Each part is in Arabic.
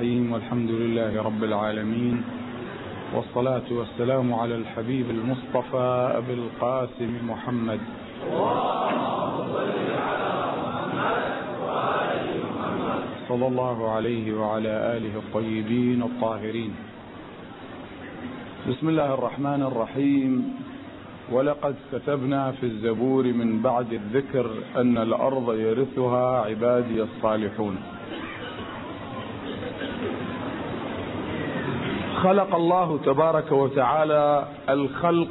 الرحيم. والحمد لله رب العالمين، والصلاة والسلام على الحبيب المصطفى أبي القاسم محمد صلى الله عليه وعلى آله الطيبين الطاهرين. بسم الله الرحمن الرحيم. ولقد كتبنا في الزبور من بعد الذكر أن الأرض يرثها عبادي الصالحون. خلق الله تبارك وتعالى الخلق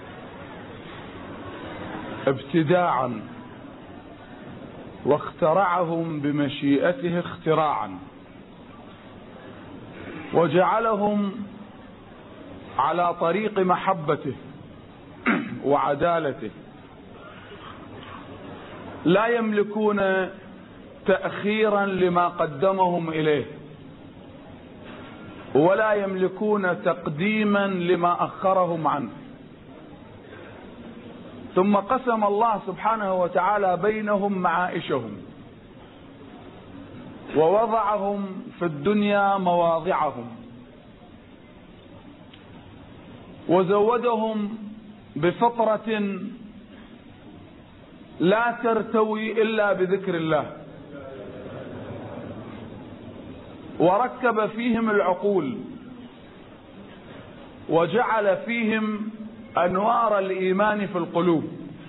ابتداعا، واخترعهم بمشيئته اختراعا، وجعلهم على طريق محبته وعدالته، لا يملكون تأخيرا لما قدمهم إليه، ولا يملكون تقديما لما أخرهم عنه. ثم قسم الله سبحانه وتعالى بينهم معائشهم، ووضعهم في الدنيا مواضعهم، وزودهم بفطرة لا ترتوي إلا بذكر الله، وركب فيهم العقول، وجعل فيهم أنوار الإيمان في القلوب،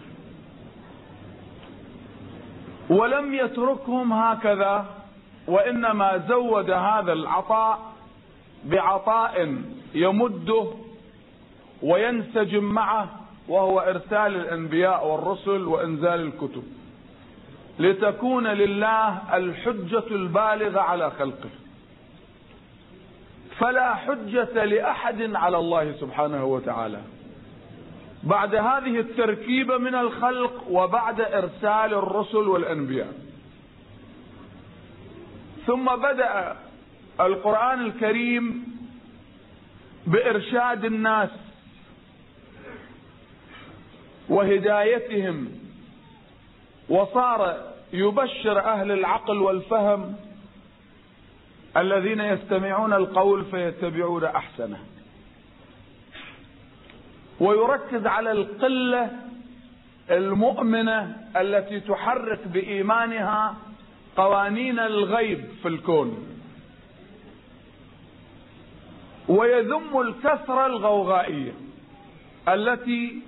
ولم يتركهم هكذا، وإنما زود هذا العطاء بعطاء يمده وينسجم معه، وهو إرسال الأنبياء والرسل وإنزال الكتب، لتكون لله الحجة البالغة على خلقه. فلا حجة لأحد على الله سبحانه وتعالى بعد هذه التركيبة من الخلق، وبعد إرسال الرسل والأنبياء. ثم بدأ القرآن الكريم بإرشاد الناس وهدايتهم، وصار يبشر أهل العقل والفهم الذين يستمعون القول فيتبعون أحسنه، ويركز على القلة المؤمنة التي تحرك بإيمانها قوانين الغيب في الكون، ويذم الكثرة الغوغائية التي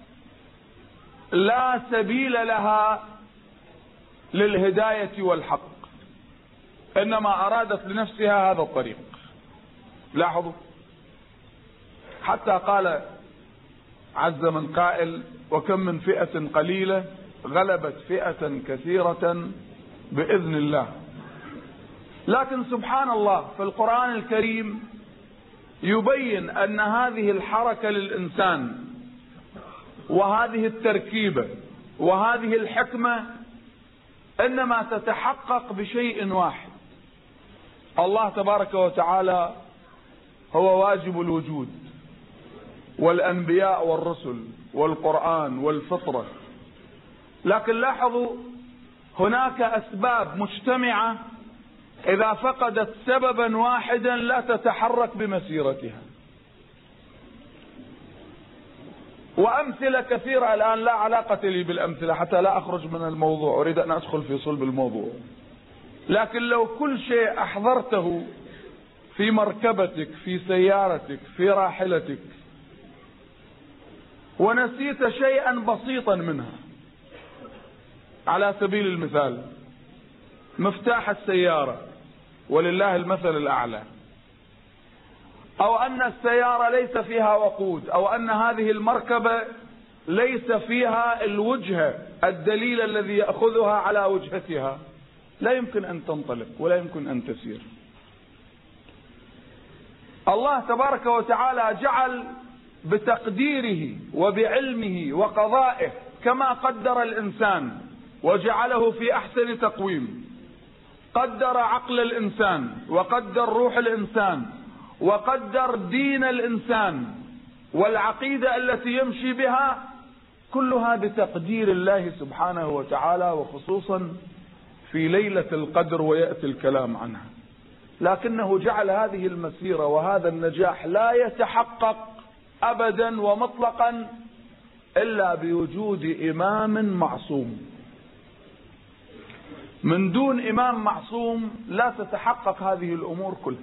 لا سبيل لها للهداية والحق، إنما أرادت لنفسها هذا الطريق. لاحظوا، حتى قال عز من قائل: وكم من فئة قليلة غلبت فئة كثيرة بإذن الله. لكن سبحان الله، في القرآن الكريم يبين أن هذه الحركة للإنسان، وهذه التركيبة، وهذه الحكمة، إنما تتحقق بشيء واحد: الله تبارك وتعالى هو واجب الوجود، والأنبياء والرسل والقرآن والفطرة. لكن لاحظوا، هناك أسباب مجتمعة إذا فقدت سببا واحدا لا تتحرك بمسيرتها. وأمثلة كثيرة الآن لا علاقة لي بالأمثلة حتى لا أخرج من الموضوع، أريد أن أدخل في صلب الموضوع. لكن لو كل شيء أحضرته في مركبتك، في سيارتك، في راحلتك، ونسيت شيئا بسيطا منها، على سبيل المثال مفتاح السيارة ولله المثل الأعلى، أو أن السيارة ليس فيها وقود، أو أن هذه المركبة ليس فيها الوجهة، الدليل الذي يأخذها على وجهتها، لا يمكن أن تنطلق ولا يمكن أن تسير. الله تبارك وتعالى جعل بتقديره وبعلمه وقضائه كما قدر الإنسان وجعله في أحسن تقويم. قدر عقل الإنسان، وقدر روح الإنسان، وقدر دين الإنسان والعقيدة التي يمشي بها، كلها بتقدير الله سبحانه وتعالى، وخصوصا في ليلة القدر ويأتي الكلام عنها. لكنه جعل هذه المسيرة وهذا النجاح لا يتحقق أبدا ومطلقا إلا بوجود إمام معصوم. من دون إمام معصوم لا تتحقق هذه الأمور كلها.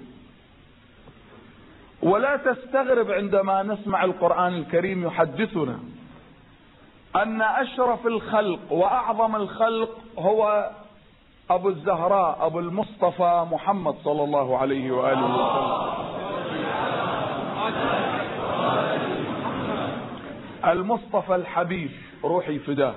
ولا تستغرب عندما نسمع القرآن الكريم يحدثنا أن أشرف الخلق وأعظم الخلق هو أبو الزهراء أبو المصطفى محمد صلى الله عليه وآله وسلم، المصطفى الحبيب روحي فداه.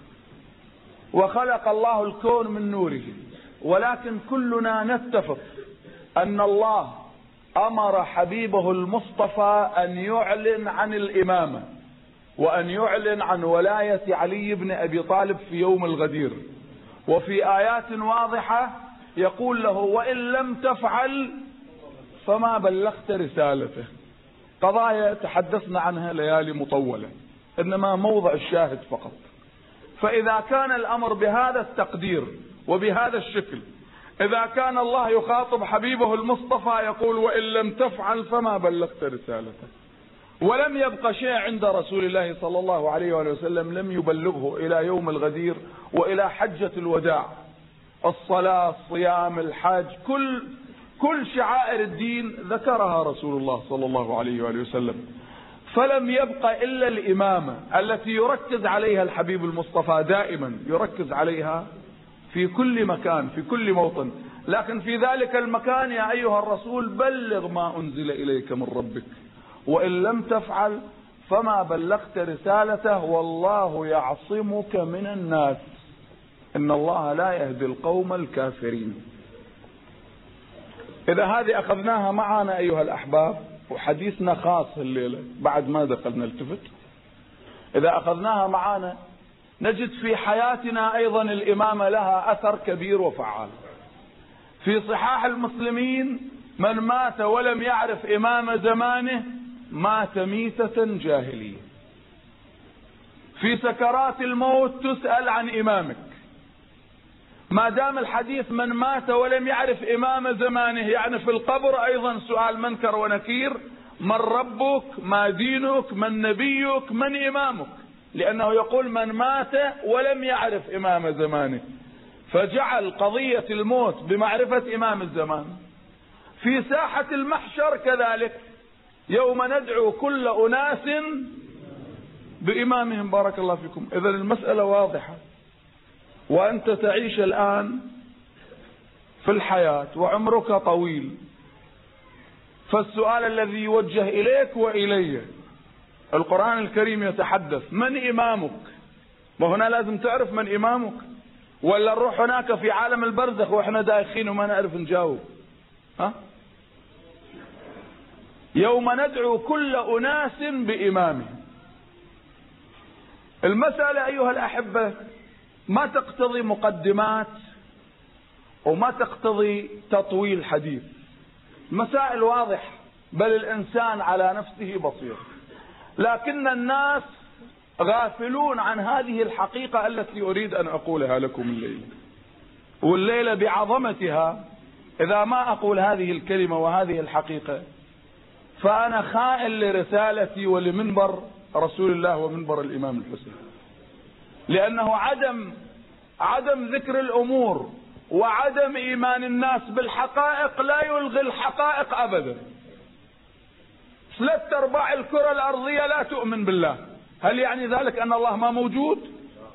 وخلق الله الكون من نوره، ولكن كلنا نتفق أن الله أمر حبيبه المصطفى أن يعلن عن الإمامة وأن يعلن عن ولاية علي بن أبي طالب في يوم الغدير. وفي آيات واضحة يقول له: وإن لم تفعل فما بلغت رسالته. قضايا تحدثنا عنها ليالي مطولة، إنما موضع الشاهد فقط. فإذا كان الأمر بهذا التقدير وبهذا الشكل، إذا كان الله يخاطب حبيبه المصطفى يقول: وإن لم تفعل فما بلغت رسالته، ولم يبق شيء عند رسول الله صلى الله عليه وآله وسلم لم يبلغه إلى يوم الغدير وإلى حجة الوداع. الصلاة، الصيام، الحج، كل شعائر الدين ذكرها رسول الله صلى الله عليه وآله وسلم. فلم يبق إلا الإمامة التي يركز عليها الحبيب المصطفى، دائما يركز عليها في كل مكان في كل موطن. لكن في ذلك المكان: يا أيها الرسول بلغ ما أنزل إليك من ربك، وإن لم تفعل فما بلغت رسالته، والله يعصمك من الناس، إن الله لا يهدي القوم الكافرين. إذا هذه أخذناها معنا أيها الأحباب، وحديثنا خاص الليلة بعد ما دخلنا التفت، إذا أخذناها معنا نجد في حياتنا أيضا الإمامة لها أثر كبير وفعال. في صحاح المسلمين: من مات ولم يعرف إمام زمانه مات ميتة جاهلية. في سكرات الموت تسأل عن إمامك. ما دام الحديث من مات ولم يعرف إمام زمانه، يعني في القبر أيضا سؤال منكر ونكير: من ربك؟ ما دينك؟ من نبيك؟ من إمامك؟ لأنه يقول من مات ولم يعرف إمام زمانه، فجعل قضية الموت بمعرفة إمام الزمان. في ساحة المحشر كذلك: يوم ندعو كل أناس بإمامهم. بارك الله فيكم. إذن المسألة واضحة. وأنت تعيش الآن في الحياة وعمرك طويل، فالسؤال الذي يوجه إليك وإلي، القرآن الكريم يتحدث: من إمامك؟ وهنا لازم تعرف من إمامك، ولا نروح هناك في عالم البرزخ وإحنا دايخين وما نعرف نجاوب. يوم ندعو كل أناس بإمامهم. المسألة أيها الأحبة ما تقتضي مقدمات وما تقتضي تطويل حديث. مسائل واضحة، بل الإنسان على نفسه بصير، لكن الناس غافلون عن هذه الحقيقة التي أريد أن أقولها لكم الليلة. والليلة بعظمتها إذا ما أقول هذه الكلمة وهذه الحقيقة فأنا خائن لرسالتي ولمنبر رسول الله ومنبر الإمام الحسين. لأنه عدم ذكر الأمور وعدم إيمان الناس بالحقائق لا يلغي الحقائق أبدا. 3/4 الكرة الأرضية لا تؤمن بالله، هل يعني ذلك أن الله ما موجود؟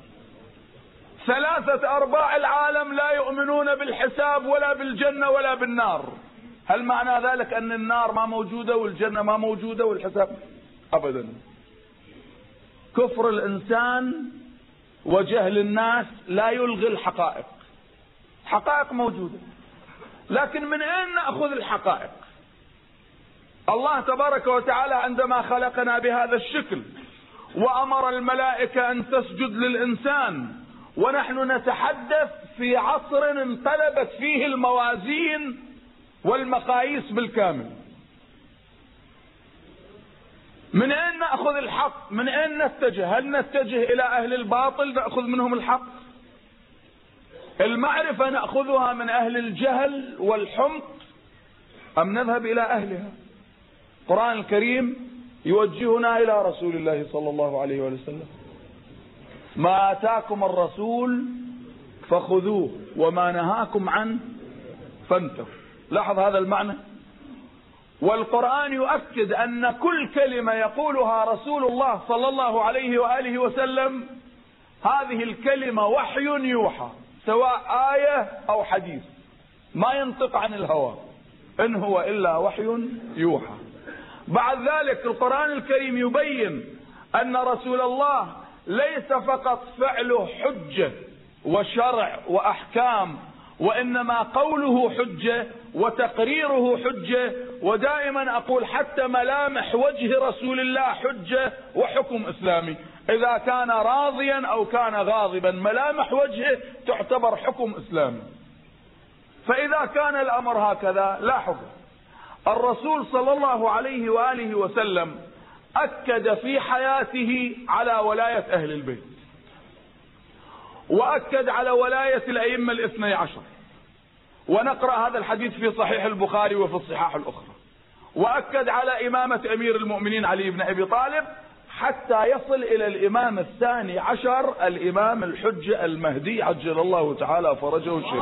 3/4 العالم لا يؤمنون بالحساب ولا بالجنة ولا بالنار، هل معنى ذلك أن النار ما موجودة والجنة ما موجودة والحساب؟ أبدا. كفر الإنسان وجهل الناس لا يلغي الحقائق. حقائق موجودة، لكن من أين نأخذ الحقائق؟ الله تبارك وتعالى عندما خلقنا بهذا الشكل وأمر الملائكة أن تسجد للإنسان، ونحن نتحدث في عصر انقلبت فيه الموازين والمقاييس بالكامل. من أين نأخذ الحق؟ من أين نتجه؟ هل نتجه إلى أهل الباطل نأخذ منهم الحق؟ المعرفة نأخذها من أهل الجهل والحمق أم نذهب إلى أهلها؟ القرآن الكريم يوجهنا إلى رسول الله صلى الله عليه وسلم: ما آتاكم الرسول فخذوه وما نهاكم عنه فانتهوا. لاحظ هذا المعنى. والقرآن يؤكد أن كل كلمة يقولها رسول الله صلى الله عليه وآله وسلم هذه الكلمة وحي يوحى، سواء آية أو حديث، ما ينطق عن الهوى، إن هو إلا وحي يوحى. بعد ذلك القرآن الكريم يبين أن رسول الله ليس فقط فعله حجة وشرع وأحكام، وإنما قوله حجة وتقريره حجة. ودائما أقول حتى ملامح وجه رسول الله حجة وحكم إسلامي، إذا كان راضيا أو كان غاضبا ملامح وجهه تعتبر حكم إسلامي. فإذا كان الأمر هكذا لاحظوا الرسول صلى الله عليه وآله وسلم أكد في حياته على ولاية أهل البيت، وأكد على ولاية الأئمة الاثني عشر، ونقرأ هذا الحديث في صحيح البخاري وفي الصحاح الأخرى. وأكد على إمامة أمير المؤمنين علي بن أبي طالب حتى يصل إلى الإمام الثاني عشر الإمام الحجة المهدي عجل الله تعالى فرجه الشريف.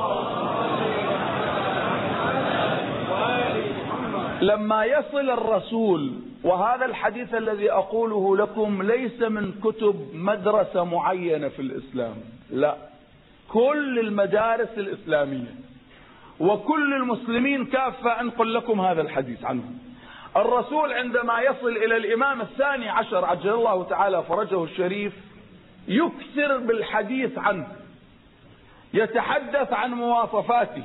لما يصل الرسول، وهذا الحديث الذي أقوله لكم ليس من كتب مدرسة معينة في الإسلام، لا، كل المدارس الإسلامية وكل المسلمين كافة أنقل لكم هذا الحديث عنه. الرسول عندما يصل إلى الإمام الثاني عشر عجل الله تعالى فرجه الشريف يكثر بالحديث عنه، يتحدث عن مواصفاته،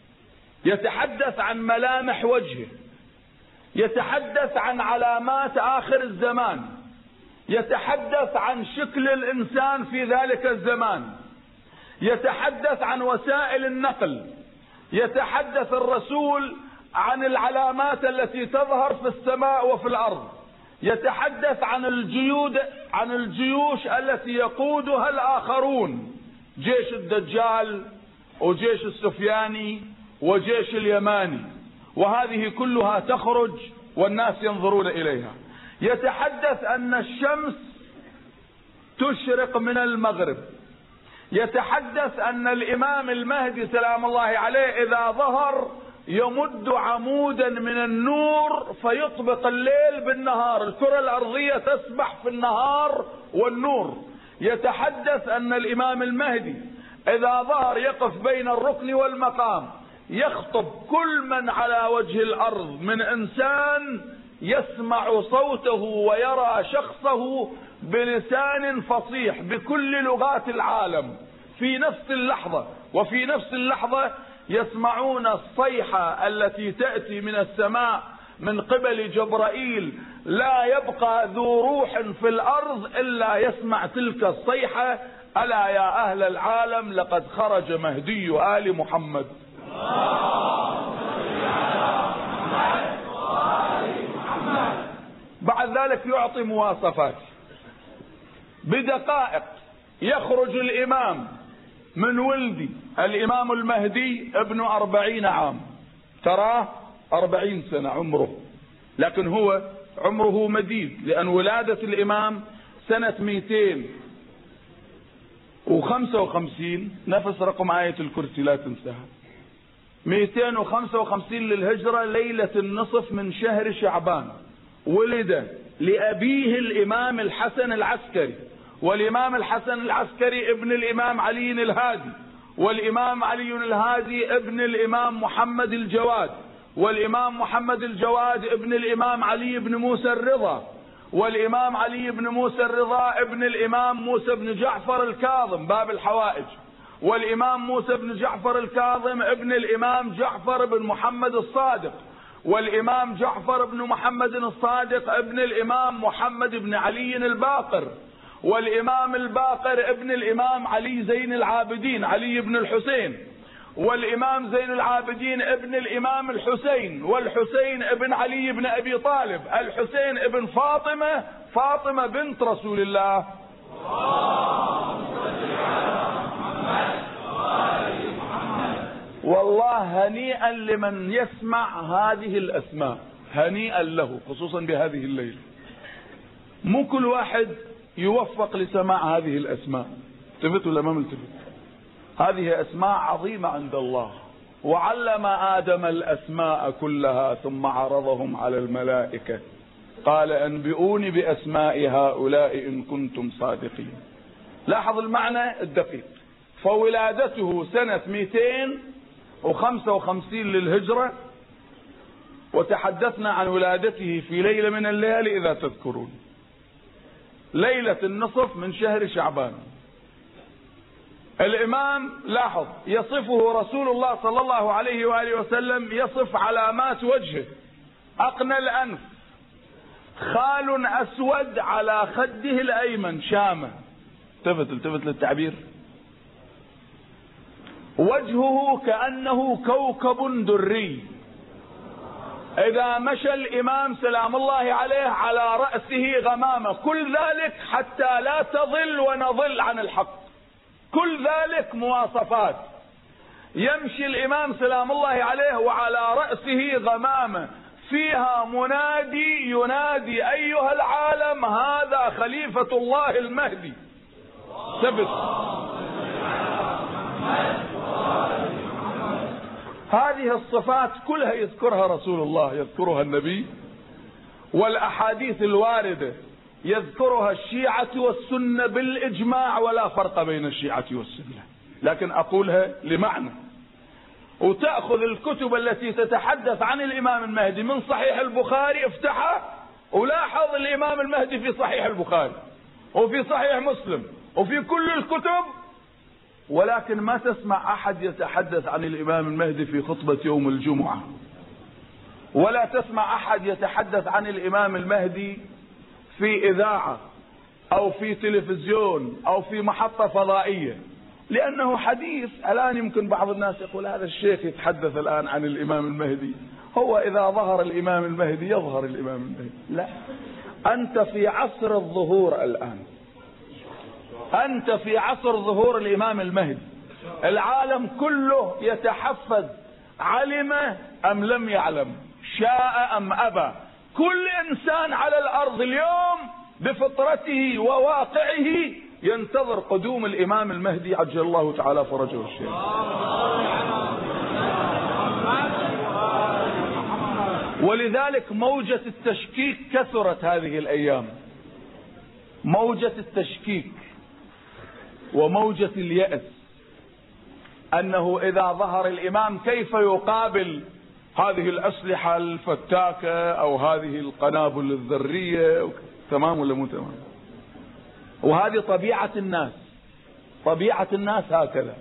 يتحدث عن ملامح وجهه، يتحدث عن علامات آخر الزمان، يتحدث عن شكل الإنسان في ذلك الزمان، يتحدث عن وسائل النقل، يتحدث الرسول عن العلامات التي تظهر في السماء وفي الأرض، يتحدث عن الجيوش التي يقودها الآخرون، جيش الدجال وجيش السفياني وجيش اليماني، وهذه كلها تخرج والناس ينظرون إليها. يتحدث أن الشمس تشرق من المغرب، يتحدث أن الإمام المهدي سلام الله عليه إذا ظهر يمد عمودا من النور فيطبق الليل بالنهار، الكرة الأرضية تسبح في النهار والنور. يتحدث أن الإمام المهدي إذا ظهر يقف بين الركن والمقام يخطب كل من على وجه الأرض من إنسان يسمع صوته ويرى شخصه بلسان فصيح بكل لغات العالم في نفس اللحظة. وفي نفس اللحظة يسمعون الصيحة التي تأتي من السماء من قبل جبرائيل، لا يبقى ذو روح في الأرض إلا يسمع تلك الصيحة: ألا يا أهل العالم لقد خرج مهدي آل محمد. بعد ذلك يعطي مواصفات بدقائق. يخرج الإمام من ولدي الإمام المهدي ابن 40 عام، تراه 40 سنة عمره، لكن هو عمره مديد، لأن ولادة الإمام سنة 255 نفس رقم آية الكرسي لا تنساها، 255 للهجرة ليلة النصف من شهر شعبان. ولد لأبيه الإمام الحسن العسكري، والإمام الحسن العسكري ابن الإمام علي الهادي، والإمام علي الهادي ابن الإمام محمد الجواد، والإمام محمد الجواد ابن الإمام علي بن موسى الرضا، والإمام علي بن موسى الرضا ابن الإمام موسى بن جعفر الكاظم باب الحوائج، والإمام موسى بن جعفر الكاظم ابن الإمام جعفر بن محمد الصادق، والإمام جعفر بن محمد الصادق ابن الإمام محمد بن علي الباقر، والإمام الباقر ابن الإمام علي زين العابدين علي بن الحسين، والإمام زين العابدين ابن الإمام الحسين، والحسين ابن علي بن أبي طالب، الحسين ابن فاطمة بنت رسول الله. والله هنيئا لمن يسمع هذه الأسماء، هنيئا له خصوصا بهذه الليلة. مو كل واحد يوفق لسماع هذه الأسماء. التفت ولا ما ملتفت؟ هذه أسماء عظيمة عند الله. وعلم آدم الأسماء كلها ثم عرضهم على الملائكة قال أنبئوني بأسماء هؤلاء إن كنتم صادقين. لاحظ المعنى الدقيق. فولادته سنة 255 للهجرة، وتحدثنا عن ولادته في ليلة من الليالي إذا تذكرون، ليلة النصف من شهر شعبان. الإمام لاحظ يصفه رسول الله صلى الله عليه وآله وسلم، يصف علامات وجهه: أقنى الأنف، خال أسود على خده الأيمن شامة. التفت للتعبير. وجهه كأنه كوكب دري. إذا مشى الإمام سلام الله عليه على رأسه غمامة، كل ذلك حتى لا تضل ونضل عن الحق. كل ذلك مواصفات. يمشي الإمام سلام الله عليه وعلى رأسه غمامة فيها منادي ينادي: أيها العالم هذا خليفة الله المهدي. ثبت. هذه الصفات كلها يذكرها رسول الله، يذكرها النبي، والأحاديث الواردة يذكرها الشيعة والسنة بالإجماع، ولا فرق بين الشيعة والسنة، لكن أقولها لمعنى. وتأخذ الكتب التي تتحدث عن الإمام المهدي من صحيح البخاري، افتحها ولاحظ الإمام المهدي في صحيح البخاري وفي صحيح مسلم وفي كل الكتب، ولكن ما تسمع أحد يتحدث عن الإمام المهدي في خطبة يوم الجمعة، ولا تسمع أحد يتحدث عن الإمام المهدي في إذاعة أو في تلفزيون أو في محطة فضائية، لأنه حديث. الآن يمكن بعض الناس يقول هذا الشيخ يتحدث الآن عن الإمام المهدي، هو إذا ظهر الإمام المهدي يظهر الإمام المهدي. لا، أنت في عصر الظهور الآن، أنت في عصر ظهور الإمام المهدي. العالم كله يتحفز، علم أم لم يعلم، شاء أم أبى، كل إنسان على الأرض اليوم بفطرته وواقعه ينتظر قدوم الإمام المهدي عجل الله تعالى فرجه الشريف. ولذلك موجة التشكيك كثرت هذه الأيام، موجة التشكيك وموجة اليأس، أنه إذا ظهر الإمام كيف يقابل هذه الأسلحة الفتاكة أو هذه القنابل الذرية. تمام ولا مو تمام؟ وهذه طبيعة الناس، طبيعة الناس هكذا.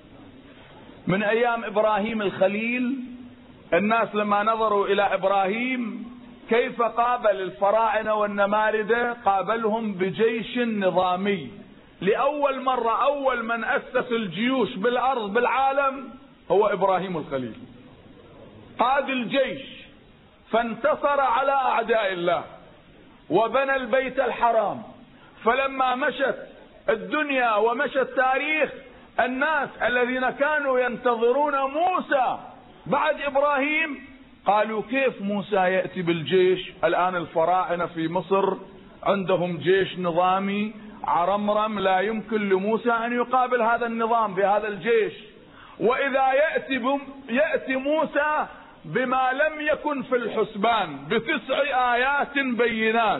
من أيام إبراهيم الخليل الناس لما نظروا إلى إبراهيم كيف قابل الفراعنة والنماردة، قابلهم بجيش نظامي. لأول مرة أول من أسس الجيوش بالأرض بالعالم هو إبراهيم الخليل، قاد الجيش فانتصر على أعداء الله وبنى البيت الحرام. فلما مشت الدنيا ومشى التاريخ، الناس الذين كانوا ينتظرون موسى بعد إبراهيم قالوا كيف موسى يأتي بالجيش؟ الآن الفراعنة في مصر عندهم جيش نظامي عرمرم، لا يمكن لموسى أن يقابل هذا النظام بهذا الجيش. وإذا يأتي موسى بما لم يكن في الحسبان، ب9 آيات بينات،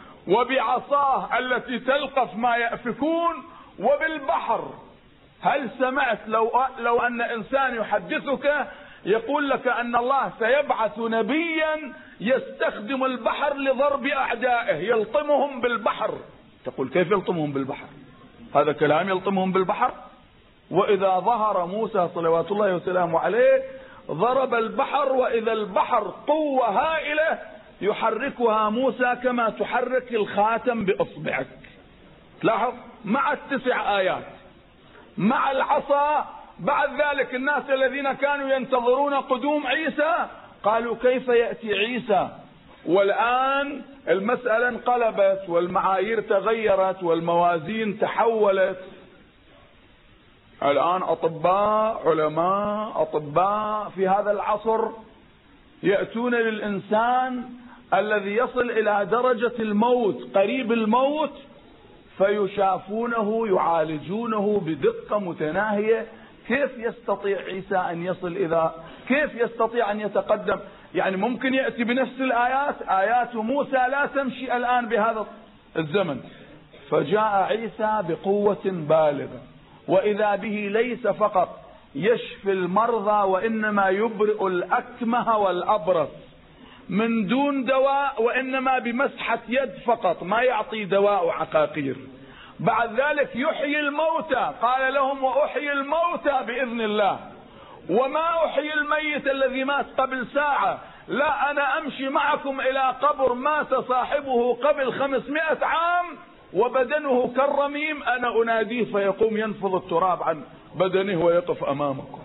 وبعصاه التي تلقف ما يأفكون، وبالبحر. هل سمعت لو أن إنسان يحدثك يقول لك أن الله سيبعث نبيا يستخدم البحر لضرب أعدائه، يلطمهم بالبحر؟ تقول كيف يلطمهم بالبحر؟ هذا كلام يلطمهم بالبحر؟ وإذا ظهر موسى صلوات الله وسلامه عليه ضرب البحر، وإذا البحر قوة هائلة يحركها موسى كما تحرك الخاتم بإصبعك. تلاحظ مع ال9 آيات مع العصا. بعد ذلك الناس الذين كانوا ينتظرون قدوم عيسى قالوا كيف يأتي عيسى؟ والآن المسألة انقلبت والمعايير تغيرت والموازين تحولت. الآن أطباء علماء أطباء في هذا العصر يأتون للإنسان الذي يصل إلى درجة الموت قريب الموت فيشافونه يعالجونه بدقة متناهية. كيف يستطيع عيسى أن يصل كيف يستطيع أن يتقدم؟ يعني ممكن يأتي بنفس الآيات، آيات موسى لا تمشي الآن بهذا الزمن، فجاء عيسى بقوة بالغة، وإذا به ليس فقط يشفي المرضى وإنما يبرئ الأكمه والأبرص من دون دواء، وإنما بمسحة يد فقط، ما يعطي دواء عقاقير. بعد ذلك يحيي الموتى، قال لهم وأحيي الموتى بإذن الله، وما أحيي الميت الذي مات قبل ساعة، لا أنا أمشي معكم إلى قبر مات صاحبه قبل 500 عام وبدنه كالرميم، أنا أناديه فيقوم ينفض التراب عن بدنه ويقف أمامكم.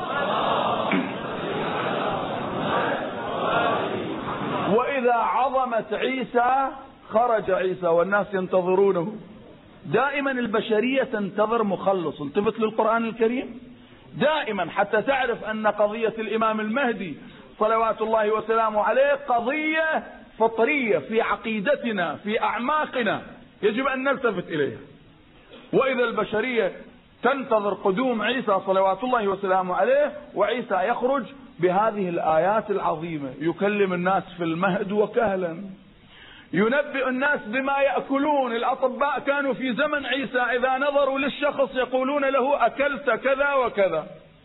وإذا عظمت عيسى خرج عيسى والناس ينتظرونه. دائما البشرية تنتظر مخلص. التفت للقرآن الكريم دائما حتى تعرف أن قضية الإمام المهدي صلوات الله وسلامه عليه قضية فطرية في عقيدتنا في أعماقنا يجب أن نلتفت إليها. وإذا البشرية تنتظر قدوم عيسى صلوات الله وسلامه عليه، وعيسى يخرج بهذه الآيات العظيمة، يكلم الناس في المهد وكهلا، ينبئ الناس بما يأكلون. الأطباء كانوا في زمن عيسى إذا نظروا للشخص يقولون له أكلت كذا وكذا،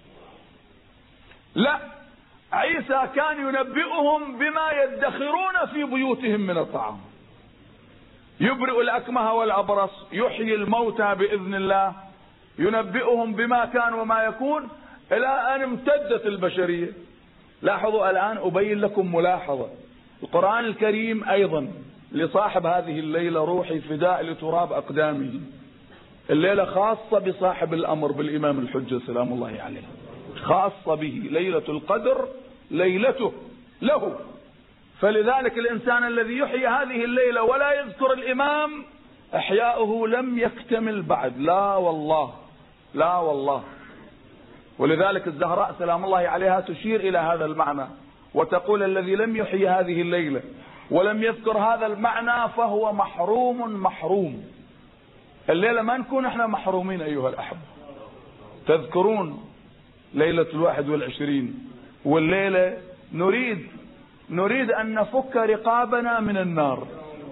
لا، عيسى كان ينبئهم بما يدخرون في بيوتهم من الطعام، يبرئ الأكمه والأبرص، يحيي الموتى بإذن الله، ينبئهم بما كان وما يكون، إلى أن امتدت البشرية. لاحظوا الآن أبين لكم ملاحظة، القرآن الكريم أيضا لصاحب هذه الليلة روحي فداء لتراب أقدامه، الليلة خاصة بصاحب الأمر بالإمام الحجة سلام الله عليه، خاصة به، ليلة القدر ليلته له. فلذلك الإنسان الذي يحيي هذه الليلة ولا يذكر الإمام إحياؤه لم يكتمل بعد، لا والله لا والله. ولذلك الزهراء سلام الله عليها تشير إلى هذا المعنى وتقول الذي لم يحيي هذه الليلة ولم يذكر هذا المعنى فهو محروم. الليلة ما نكون احنا محرومين أيها الأحبة. تذكرون ليلة 21، والليلة نريد أن نفك رقابنا من النار.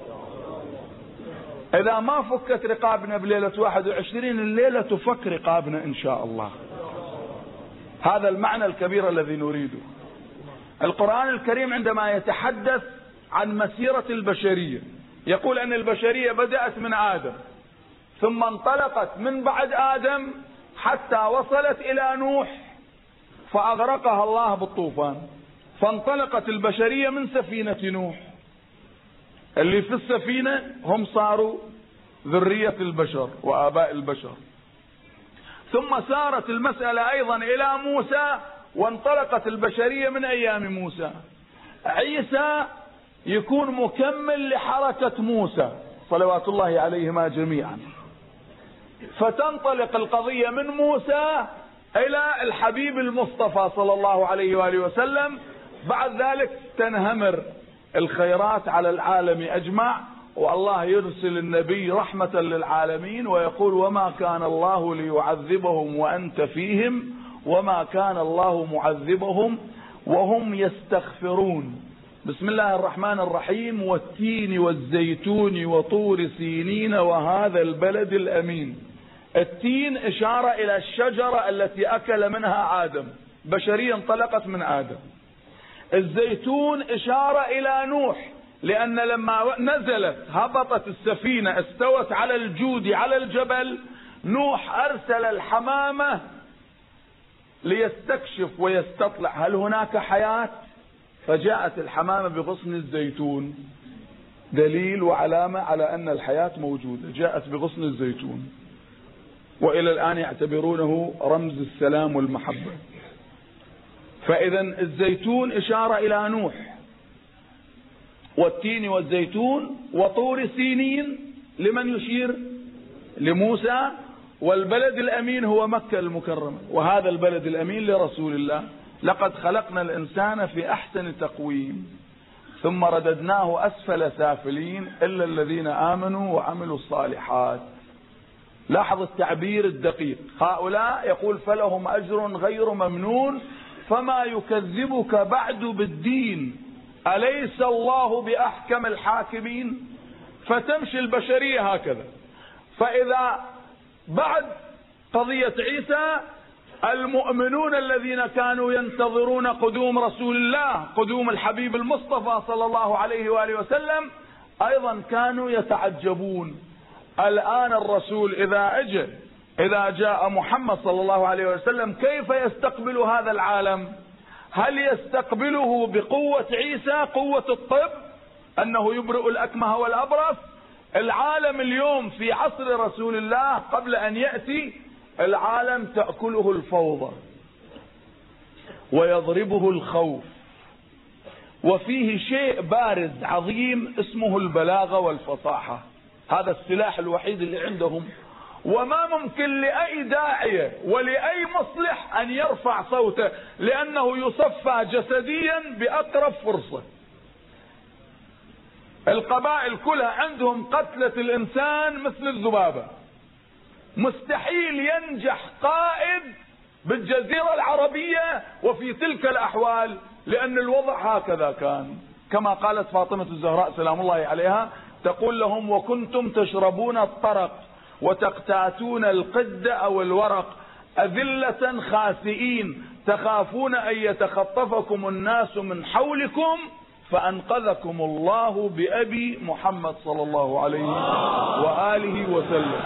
إذا ما فكت رقابنا بليلة 21 الليلة تفك رقابنا إن شاء الله. هذا المعنى الكبير الذي نريده. القرآن الكريم عندما يتحدث عن مسيرة البشرية يقول أن البشرية بدأت من آدم ثم انطلقت من بعد آدم حتى وصلت إلى نوح فأغرقها الله بالطوفان، فانطلقت البشرية من سفينة نوح. اللي في السفينة هم صاروا ذرية البشر وآباء البشر، ثم سارت المسألة أيضا إلى موسى وانطلقت البشرية من أيام موسى. عيسى يكون مكمل لحركة موسى صلوات الله عليهما جميعا، فتنطلق القضية من موسى إلى الحبيب المصطفى صلى الله عليه وآله وسلم. بعد ذلك تنهمر الخيرات على العالم أجمع، والله يرسل النبي رحمة للعالمين ويقول وما كان الله ليعذبهم وأنت فيهم وما كان الله معذبهم وهم يستغفرون. بسم الله الرحمن الرحيم. والتين والزيتون وطور سينين وهذا البلد الأمين. التين إشارة إلى الشجرة التي أكل منها آدم، بشرية انطلقت من آدم. الزيتون إشارة إلى نوح، لأن لما نزلت هبطت السفينة استوت على الجود على الجبل، نوح أرسل الحمامة ليستكشف ويستطلع هل هناك حياة، فجاءت الحمامة بغصن الزيتون، دليل وعلامة على أن الحياة موجودة، جاءت بغصن الزيتون، وإلى الآن يعتبرونه رمز السلام والمحبة. فإذا الزيتون إشارة إلى نوح، والتين والزيتون وطور سينين لمن يشير؟ لموسى، والبلد الأمين هو مكة المكرمة، وهذا البلد الأمين لرسول الله. لقد خلقنا الإنسان في أحسن تقويم ثم رددناه أسفل سافلين إلا الذين آمنوا وعملوا الصالحات. لاحظ التعبير الدقيق، هؤلاء يقول فلهم أجر غير ممنون فما يكذبك بعد بالدين أليس الله بأحكم الحاكمين. فتمشي البشرية هكذا. فإذا بعد قضية عيسى المؤمنون الذين كانوا ينتظرون قدوم رسول الله، قدوم الحبيب المصطفى صلى الله عليه وآله وسلم، أيضا كانوا يتعجبون. الآن الرسول إذا جاء محمد صلى الله عليه وسلم كيف يستقبل هذا العالم؟ هل يستقبله بقوة عيسى، قوة الطب أنه يبرئ الأكمه والأبرص؟ العالم اليوم في عصر رسول الله قبل أن يأتي العالم تأكله الفوضى ويضربه الخوف، وفيه شيء بارز عظيم اسمه البلاغة والفصاحة. هذا السلاح الوحيد اللي عندهم، وما ممكن لأي داعية ولأي مصلح أن يرفع صوته لأنه يصفى جسديا بأقرب فرصة. القبائل كلها عندهم قتلة الإنسان مثل الذبابة. مستحيل ينجح قائد بالجزيرة العربية وفي تلك الأحوال، لأن الوضع هكذا كان. كما قالت فاطمة الزهراء سلام الله عليها، تقول لهم وكنتم تشربون الطرق وتقتاتون القد أو الورق أذلة خاسئين تخافون أن يتخطفكم الناس من حولكم فأنقذكم الله بأبي محمد صلى الله عليه وآله وسلم.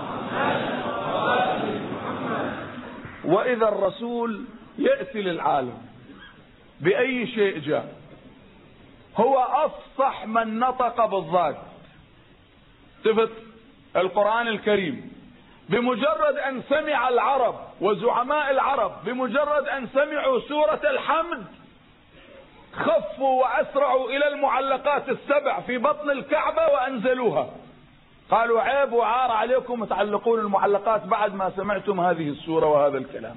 وإذا الرسول يأتي للعالم بأي شيء جاء، هو أفصح من نطق بالضاد. صفة القرآن الكريم بمجرد أن سمع العرب وزعماء العرب بمجرد أن سمعوا سورة الحمد خفوا وأسرعوا إلى المعلقات السبع في بطن الكعبة وأنزلوها. قالوا عيب وعار عليكم تعلقون المعلقات بعد ما سمعتم هذه السورة وهذا الكلام.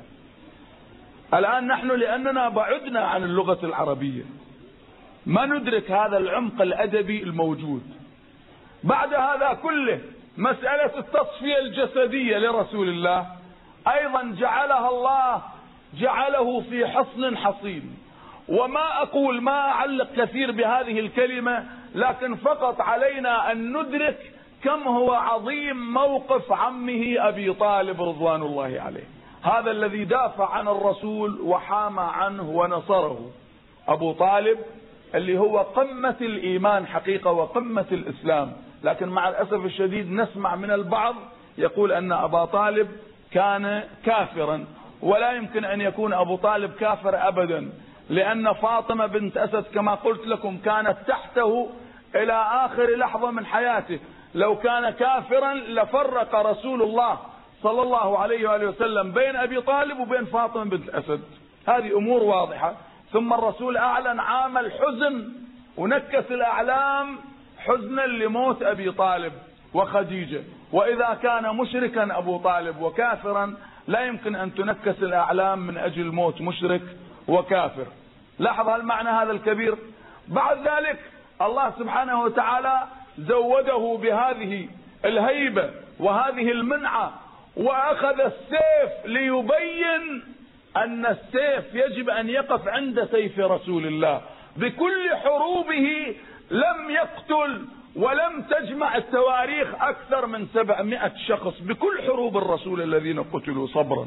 الآن نحن لأننا بعدنا عن اللغة العربية ما ندرك هذا العمق الأدبي الموجود. بعد هذا كله مسألة التصفية الجسدية لرسول الله أيضا جعلها الله جعله في حصن حصين. وما أقول ما أعلق كثير بهذه الكلمة، لكن فقط علينا أن ندرك كم هو عظيم موقف عمه أبي طالب رضوان الله عليه، هذا الذي دافع عن الرسول وحامى عنه ونصره. أبو طالب اللي هو قمة الإيمان حقيقة وقمة الإسلام، لكن مع الأسف الشديد نسمع من البعض يقول أن أبا طالب كان كافرا، ولا يمكن أن يكون أبو طالب كافر أبدا، لأن فاطمة بنت أسد كما قلت لكم كانت تحته إلى آخر لحظة من حياته. لو كان كافرا لفرق رسول الله صلى الله عليه وآله وسلم بين أبي طالب وبين فاطمة بنت أسد، هذه أمور واضحة. ثم الرسول أعلن عام الحزن ونكس الأعلام حزنا لموت أبي طالب وخديجة، وإذا كان مشركا أبو طالب وكافرا لا يمكن أن تنكس الأعلام من أجل موت مشرك وكافر. لاحظ المعنى هذا الكبير. بعد ذلك الله سبحانه وتعالى زوده بهذه الهيبة وهذه المنعة، وأخذ السيف ليبين أن السيف يجب أن يقف عند سيف رسول الله. بكل حروبه لم يقتل ولم تجمع التواريخ أكثر من 700 شخص بكل حروب الرسول الذين قتلوا صبرا.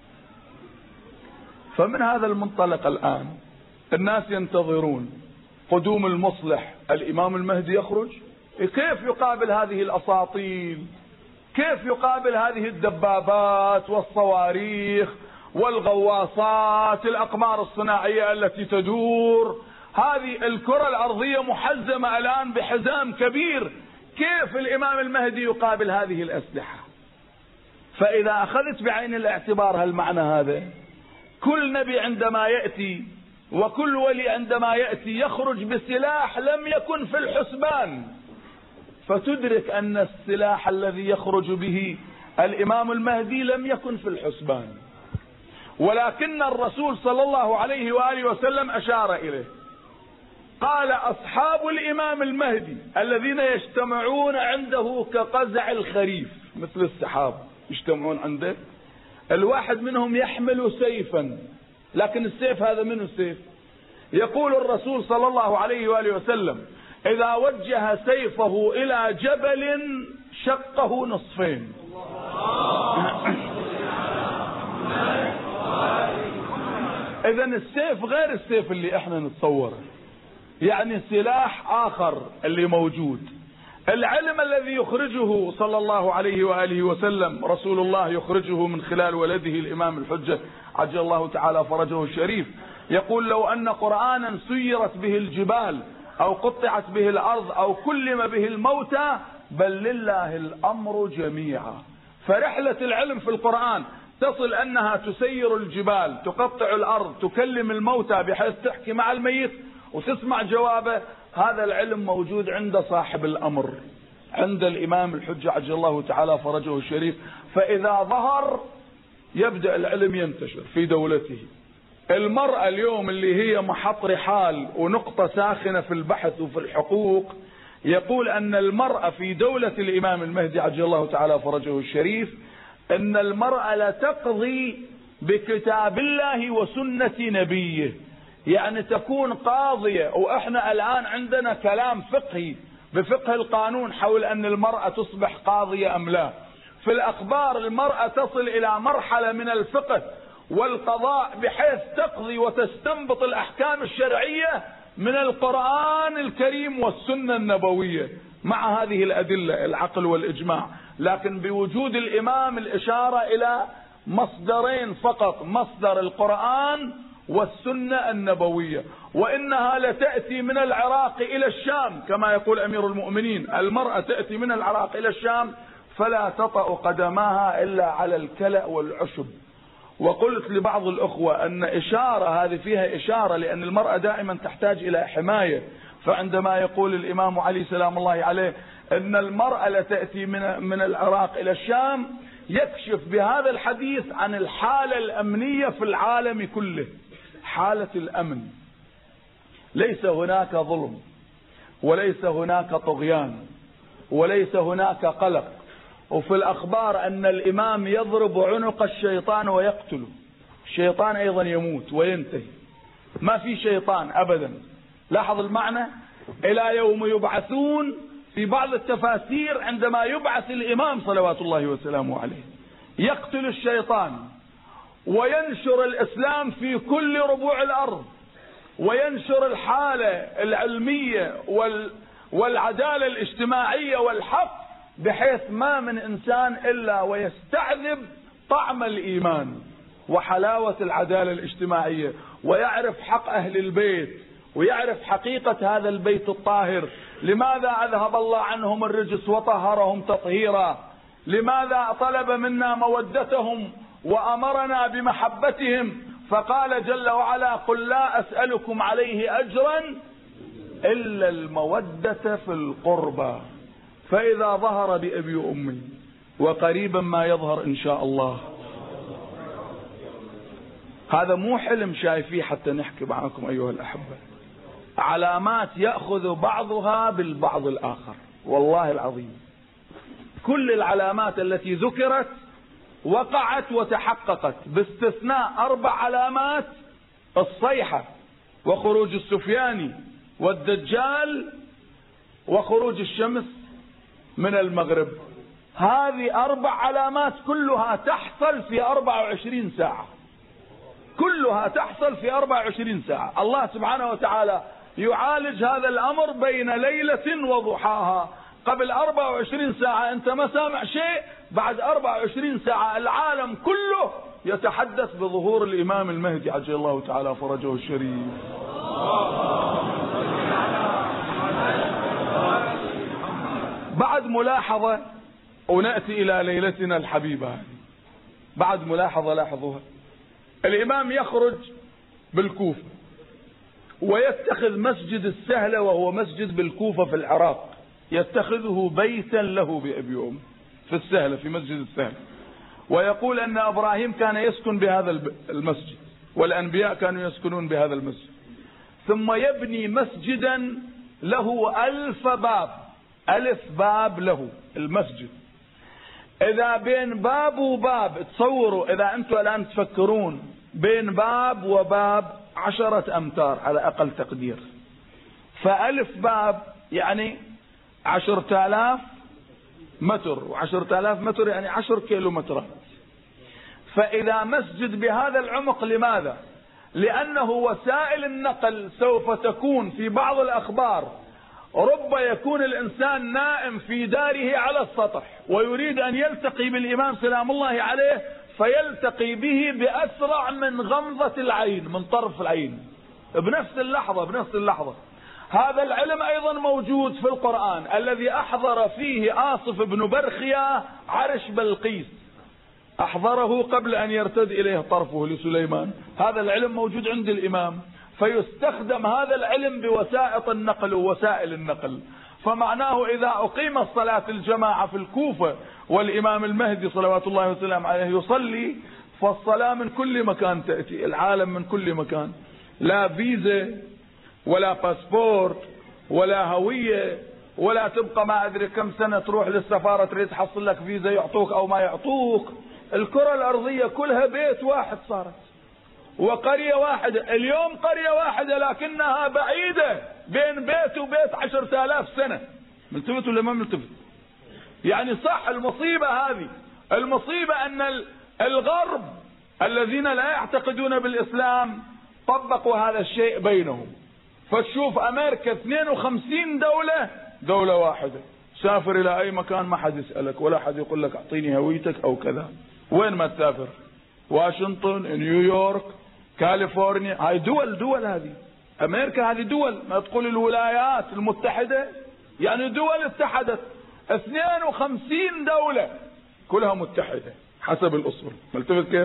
فمن هذا المنطلق الآن الناس ينتظرون قدوم المصلح الإمام المهدي يخرج. كيف يقابل هذه الأساطيل؟ كيف يقابل هذه الدبابات والصواريخ والغواصات، الأقمار الصناعية التي تدور؟ هذه الكرة الأرضية محزمة الآن بحزام كبير. كيف الإمام المهدي يقابل هذه الأسلحة؟ فإذا أخذت بعين الاعتبار هالمعنى هذا، كل نبي عندما يأتي وكل ولي عندما يأتي يخرج بسلاح لم يكن في الحسبان، فتدرك أن السلاح الذي يخرج به الإمام المهدي لم يكن في الحسبان، ولكن الرسول صلى الله عليه وآله وسلم أشار إليه، قال أصحاب الإمام المهدي الذين يجتمعون عنده كقزع الخريف، مثل السحاب يجتمعون عنده، الواحد منهم يحمل سيفا، لكن السيف هذا منه السيف؟ يقول الرسول صلى الله عليه وآله وسلم إذا وجه سيفه إلى جبل شقه نصفين. إذن السيف غير السيف اللي احنا نتصوره، يعني سلاح آخر اللي موجود. العلم الذي يخرجه صلى الله عليه وآله وسلم رسول الله يخرجه من خلال ولده الإمام الحجة عجل الله تعالى فرجه الشريف، يقول لو أن قرآنا سيرت به الجبال أو قطعت به الأرض أو كلم به الموتى بل لله الأمر جميعا. فرحلة العلم في القرآن تصل أنها تسير الجبال، تقطع الأرض، تكلم الموتى بحيث تحكي مع الميت وتسمع جوابه. هذا العلم موجود عند صاحب الأمر، عند الإمام الحجة عجل الله تعالى فرجه الشريف. فإذا ظهر يبدأ العلم ينتشر في دولته. المرأة اليوم اللي هي محط رحال ونقطة ساخنة في البحث وفي الحقوق، يقول أن المرأة في دولة الإمام المهدي عجل الله تعالى فرجه الشريف أن المرأة لا تقضي بكتاب الله وسنة نبيه، يعني تكون قاضية. وإحنا الآن عندنا كلام فقهي بفقه القانون حول أن المرأة تصبح قاضية أم لا. في الأخبار المرأة تصل إلى مرحلة من الفقه والقضاء بحيث تقضي وتستنبط الأحكام الشرعية من القرآن الكريم والسنة النبوية مع هذه الأدلة العقل والإجماع. لكن بوجود الإمام الإشارة إلى مصدرين فقط، مصدر القرآن والسنة النبوية. وإنها لتأتي من العراق إلى الشام كما يقول أمير المؤمنين، المرأة تأتي من العراق إلى الشام فلا تطأ قدماها إلا على الكلأ والعشب. وقلت لبعض الأخوة أن إشارة هذه فيها إشارة لأن المرأة دائما تحتاج إلى حماية. فعندما يقول الإمام علي سلام الله عليه أن المرأة لتأتي من العراق إلى الشام، يكشف بهذا الحديث عن الحالة الأمنية في العالم كله، حالة الأمن. ليس هناك ظلم وليس هناك طغيان وليس هناك قلق. وفي الأخبار أن الإمام يضرب عنق الشيطان ويقتله، الشيطان أيضا يموت وينتهي، ما في شيطان أبدا. لاحظ المعنى، إلى يوم يبعثون. في بعض التفاسير عندما يبعث الإمام صلوات الله وسلامه عليه يقتل الشيطان وينشر الإسلام في كل ربوع الأرض، وينشر الحالة العلمية والعدالة الاجتماعية والحق، بحيث ما من إنسان إلا ويستعذب طعم الإيمان وحلاوة العدالة الاجتماعية، ويعرف حق أهل البيت ويعرف حقيقة هذا البيت الطاهر. لماذا أذهب الله عنهم الرجس وطهرهم تطهيرا؟ لماذا طلب منا مودتهم وأمرنا بمحبتهم؟ فقال جل وعلا قل لا أسألكم عليه أجرا إلا المودة في القربى. فإذا ظهر بأبي وأمي وقريبا ما يظهر إن شاء الله، هذا مو حلم شايفيه حتى نحكي معكم أيها الأحبة، علامات يأخذ بعضها بالبعض الآخر. والله العظيم كل العلامات التي ذكرت وقعت وتحققت باستثناء 4 علامات: الصيحة وخروج السفياني والدجال وخروج الشمس من المغرب. هذه 4 علامات كلها تحصل في 24 ساعة، كلها تحصل في 24 ساعة. الله سبحانه وتعالى يعالج هذا الأمر بين ليلة وضحاها. قبل 24 ساعة أنت ما سامع شيء، بعد 24 ساعة العالم كله يتحدث بظهور الإمام المهدي عجل الله تعالى فرجه الشريف. بعد ملاحظة، ونأتي إلى ليلتنا الحبيبة، بعد ملاحظة لاحظوها، الإمام يخرج بالكوفة ويتخذ مسجد السهلة وهو مسجد بالكوفة في العراق، يتخذه بيتا له بأبي وأمه. في السهلة، في مسجد السهلة، ويقول أن إبراهيم كان يسكن بهذا المسجد والأنبياء كانوا يسكنون بهذا المسجد، ثم يبني مسجدا له 1000 باب، 1000 باب له المسجد. إذا بين باب وباب، تصوروا إذا أنتم الآن تفكرون بين باب وباب 10 أمتار على أقل تقدير، ف1000 باب يعني 10,000 متر، و10,000 متر يعني 10 كيلومترات. فإذا مسجد بهذا العمق، لماذا؟ لأنه وسائل النقل سوف تكون في بعض الأخبار رب يكون الإنسان نائم في داره على السطح ويريد أن يلتقي بالإمام سلام الله عليه، فيلتقي به بأسرع من غمضة العين، من طرف العين، بنفس اللحظة. هذا العلم أيضا موجود في القرآن، الذي أحضر فيه آصف بن برخيا عرش بلقيس، أحضره قبل أن يرتد إليه طرفه لسليمان. هذا العلم موجود عند الإمام، فيستخدم هذا العلم بوسائط النقل ووسائل النقل. فمعناه إذا أقيمت صلاة الجماعة في الكوفة والإمام المهدي صلوات الله وسلامه عليه يصلي، فالصلاة من كل مكان تأتي، العالم من كل مكان، لا فيزا ولا باسبورت ولا هوية، ولا تبقى ما أدري كم سنة تروح للسفارة تريد تحصل لك فيزا يعطوك أو ما يعطوك. الكرة الأرضية كلها بيت واحد صارت، وقرية واحدة. اليوم قرية واحدة لكنها بعيدة بين بيت وبيت 10,000 سنة. ملتفت ولا ما ملتفت؟ يعني صح المصيبة هذه، المصيبة أن الغرب الذين لا يعتقدون بالإسلام طبقوا هذا الشيء بينهم. فتشوف أمريكا 52 دولة واحدة، سافر إلى أي مكان ما حد يسألك ولا حد يقول لك أعطيني هويتك أو كذا. وين ما تسافر، واشنطن، نيويورك، كاليفورنيا، هاي دول هذه. أمريكا هذه دول، ما تقول الولايات المتحدة، يعني دول اتحدت، 52 دولة كلها متحدة حسب الأصول. ملتفت كيف؟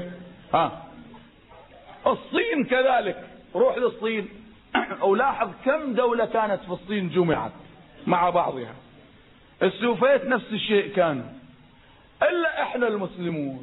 الصين كذلك، روح للصين ولاحظ كم دولة كانت في الصين جمعت مع بعضها. السوفيت نفس الشيء كانوا، إلا إحنا المسلمون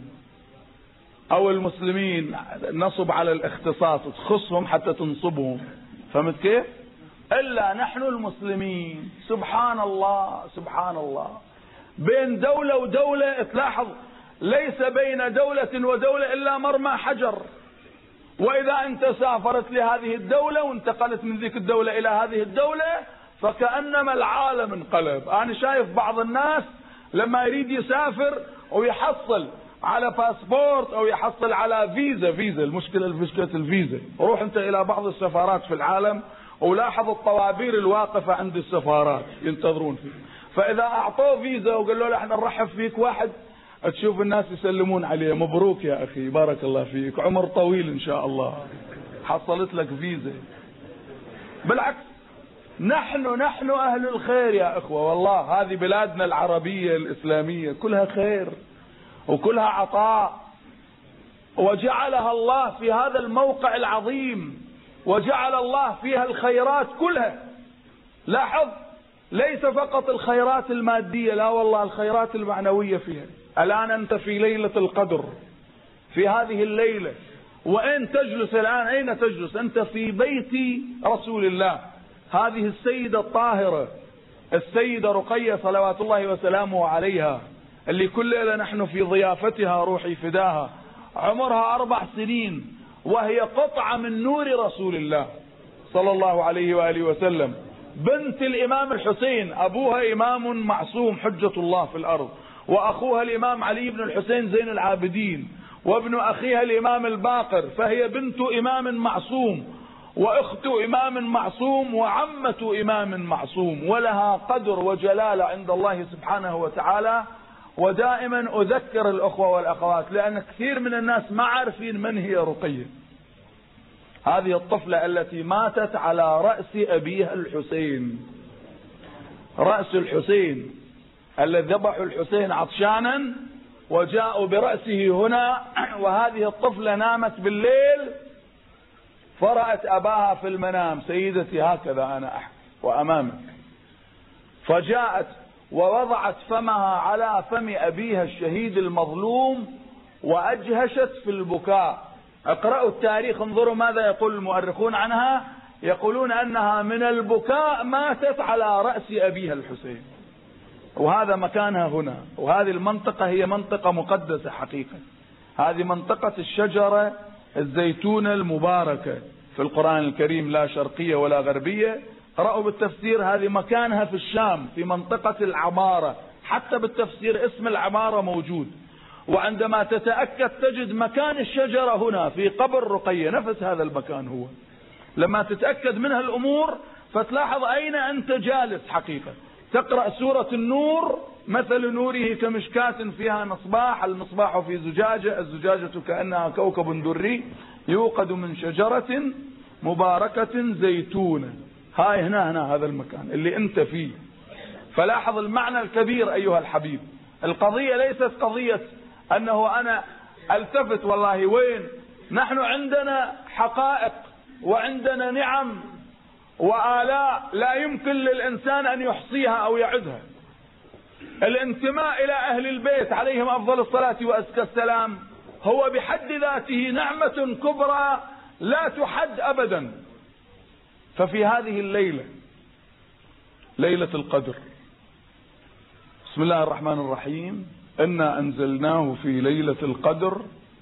أو المسلمين نصب على الاختصاص، تخصهم حتى تنصبهم، فهمت كيف؟ إلا نحن المسلمين سبحان الله بين دولة ودولة تلاحظ ليس بين دولة ودولة إلا مرمى حجر. وإذا أنت سافرت لهذه الدولة وانتقلت من ذيك الدولة إلى هذه الدولة فكأنما العالم انقلب. أنا شايف بعض الناس لما يريد يسافر ويحصل على باسبورت أو يحصل على فيزا، المشكلة الفيزا. روح أنت إلى بعض السفارات في العالم ولاحظ الطوابير الواقفة عند السفارات ينتظرون فيه، فإذا أعطوه فيزا وقالوا له احنا نرحب فيك واحد، تشوف الناس يسلمون عليه، مبروك يا أخي، بارك الله فيك، عمر طويل إن شاء الله، حصلت لك فيزا. بالعكس نحن أهل الخير يا أخوة، والله هذه بلادنا العربية الإسلامية كلها خير وكلها عطاء، وجعلها الله في هذا الموقع العظيم، وجعل الله فيها الخيرات كلها. لاحظ ليس فقط الخيرات المادية، لا والله الخيرات المعنوية فيها. الآن أنت في ليلة القدر، في هذه الليلة، وأين تجلس الآن؟ أين تجلس؟ أنت في بيت رسول الله. هذه السيدة الطاهرة السيدة رقية صلوات الله وسلامه عليها، اللي كل ليلة نحن في ضيافتها روحي فداها، عمرها 4 سنين وهي قطعة من نور رسول الله صلى الله عليه وآله وسلم، بنت الإمام الحسين، أبوها إمام معصوم حجة الله في الأرض، وأخوها الإمام علي بن الحسين زين العابدين، وابن أخيها الإمام الباقر، فهي بنت إمام معصوم وأخت إمام معصوم وعمة إمام معصوم، ولها قدر وجلالة عند الله سبحانه وتعالى. ودائما أذكر الأخوة والأخوات، لأن كثير من الناس ما عارفين من هي رقية، هذه الطفلة التي ماتت على رأس أبيها الحسين، رأس الحسين الذي ذبحوا الحسين عطشانا وجاءوا برأسه هنا، وهذه الطفلة نامت بالليل فرأت أباها في المنام، سيدتي هكذا أنا أحكي وأمامك، فجاءت ووضعت فمها على فم أبيها الشهيد المظلوم وأجهشت في البكاء. اقرأوا التاريخ، انظروا ماذا يقول المؤرخون عنها. يقولون أنها من البكاء ماتت على رأس أبيها الحسين. وهذا مكانها هنا، وهذه المنطقة هي منطقة مقدسة حقيقة. هذه منطقة الشجرة الزيتونة المباركة في القرآن الكريم، لا شرقية ولا غربية. قرأوا بالتفسير هذه مكانها في الشام في منطقة العمارة، حتى بالتفسير اسم العمارة موجود. وعندما تتأكد تجد مكان الشجرة هنا في قبر رقية، نفس هذا المكان هو. لما تتأكد منها الأمور فتلاحظ أين أنت جالس حقيقة. تقرأ سورة النور، مثل نوره كمشكاة فيها مصباح، المصباح في زجاجة، الزجاجة كأنها كوكب دري يوقد من شجرة مباركة زيتونة. هاي هنا هذا المكان اللي أنت فيه. فلاحظ المعنى الكبير أيها الحبيب. القضية ليست قضية أنه أنا التفت والله وين. نحن عندنا حقائق وعندنا نعم وآلاء لا يمكن للإنسان أن يحصيها أو يعدها. الانتماء إلى أهل البيت عليهم أفضل الصلاة وأزكى السلام هو بحد ذاته نعمة كبرى لا تحد أبدا. ففي هذه الليلة، ليلة القدر، بسم الله الرحمن الرحيم، إنا أنزلناه في ليلة القدر،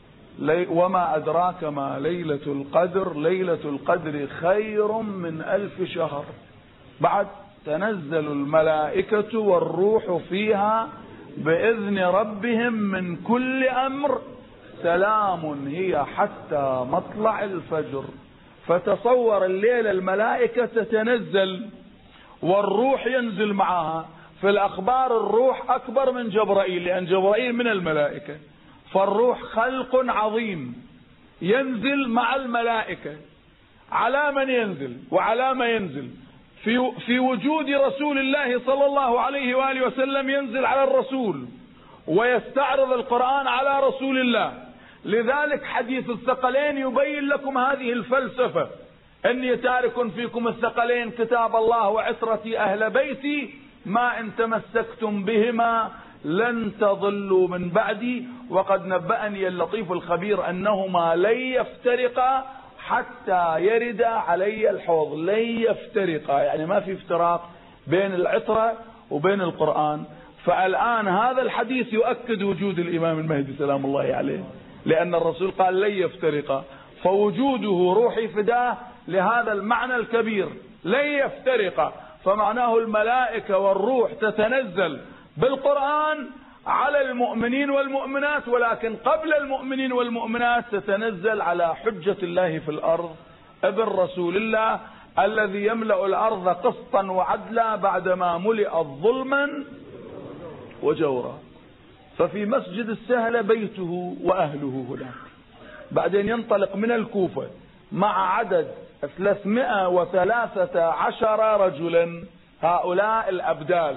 وما أدراك ما ليلة القدر، ليلة القدر خير من 1000 شهر. بعد تنزل الملائكة والروح فيها بإذن ربهم من كل أمر، سلام هي حتى مطلع الفجر. فتصور الليلة الملائكة تتنزل والروح ينزل معها. في الأخبار الروح أكبر من جبرائيل، لأن جبرائيل من الملائكة، فالروح خلق عظيم ينزل مع الملائكة. على من ينزل وعلى ما ينزل؟ في وجود رسول الله صلى الله عليه وآله وسلم ينزل على الرسول ويستعرض القرآن على رسول الله. لذلك حديث الثقلين يبين لكم هذه الفلسفة: إني تارك فيكم الثقلين كتاب الله وعترتي أهل بيتي، ما إن تمسكتم بهما لن تضلوا من بعدي. وقد نبأني اللطيف الخبير أنهما لن يفترقا حتى يرد علي الحوض. لن يفترقا يعني ما في افتراق بين العترة وبين القرآن. فالآن هذا الحديث يؤكد وجود الإمام المهدي سلام الله عليه، لأن الرسول قال لن يفترقا، فوجوده روحي فداه لهذا المعنى الكبير، لن يفترقا. فمعناه الملائكة والروح تتنزل بالقرآن على المؤمنين والمؤمنات، ولكن قبل المؤمنين والمؤمنات تتنزل على حجة الله في الأرض ابن رسول الله الذي يملأ الأرض قسطا وعدلا بعدما ملئت ظلما وجورا. ففي مسجد السهلة بيته وأهله هناك. بعدين ينطلق من الكوفة مع عدد 313 رجلا، هؤلاء الأبدال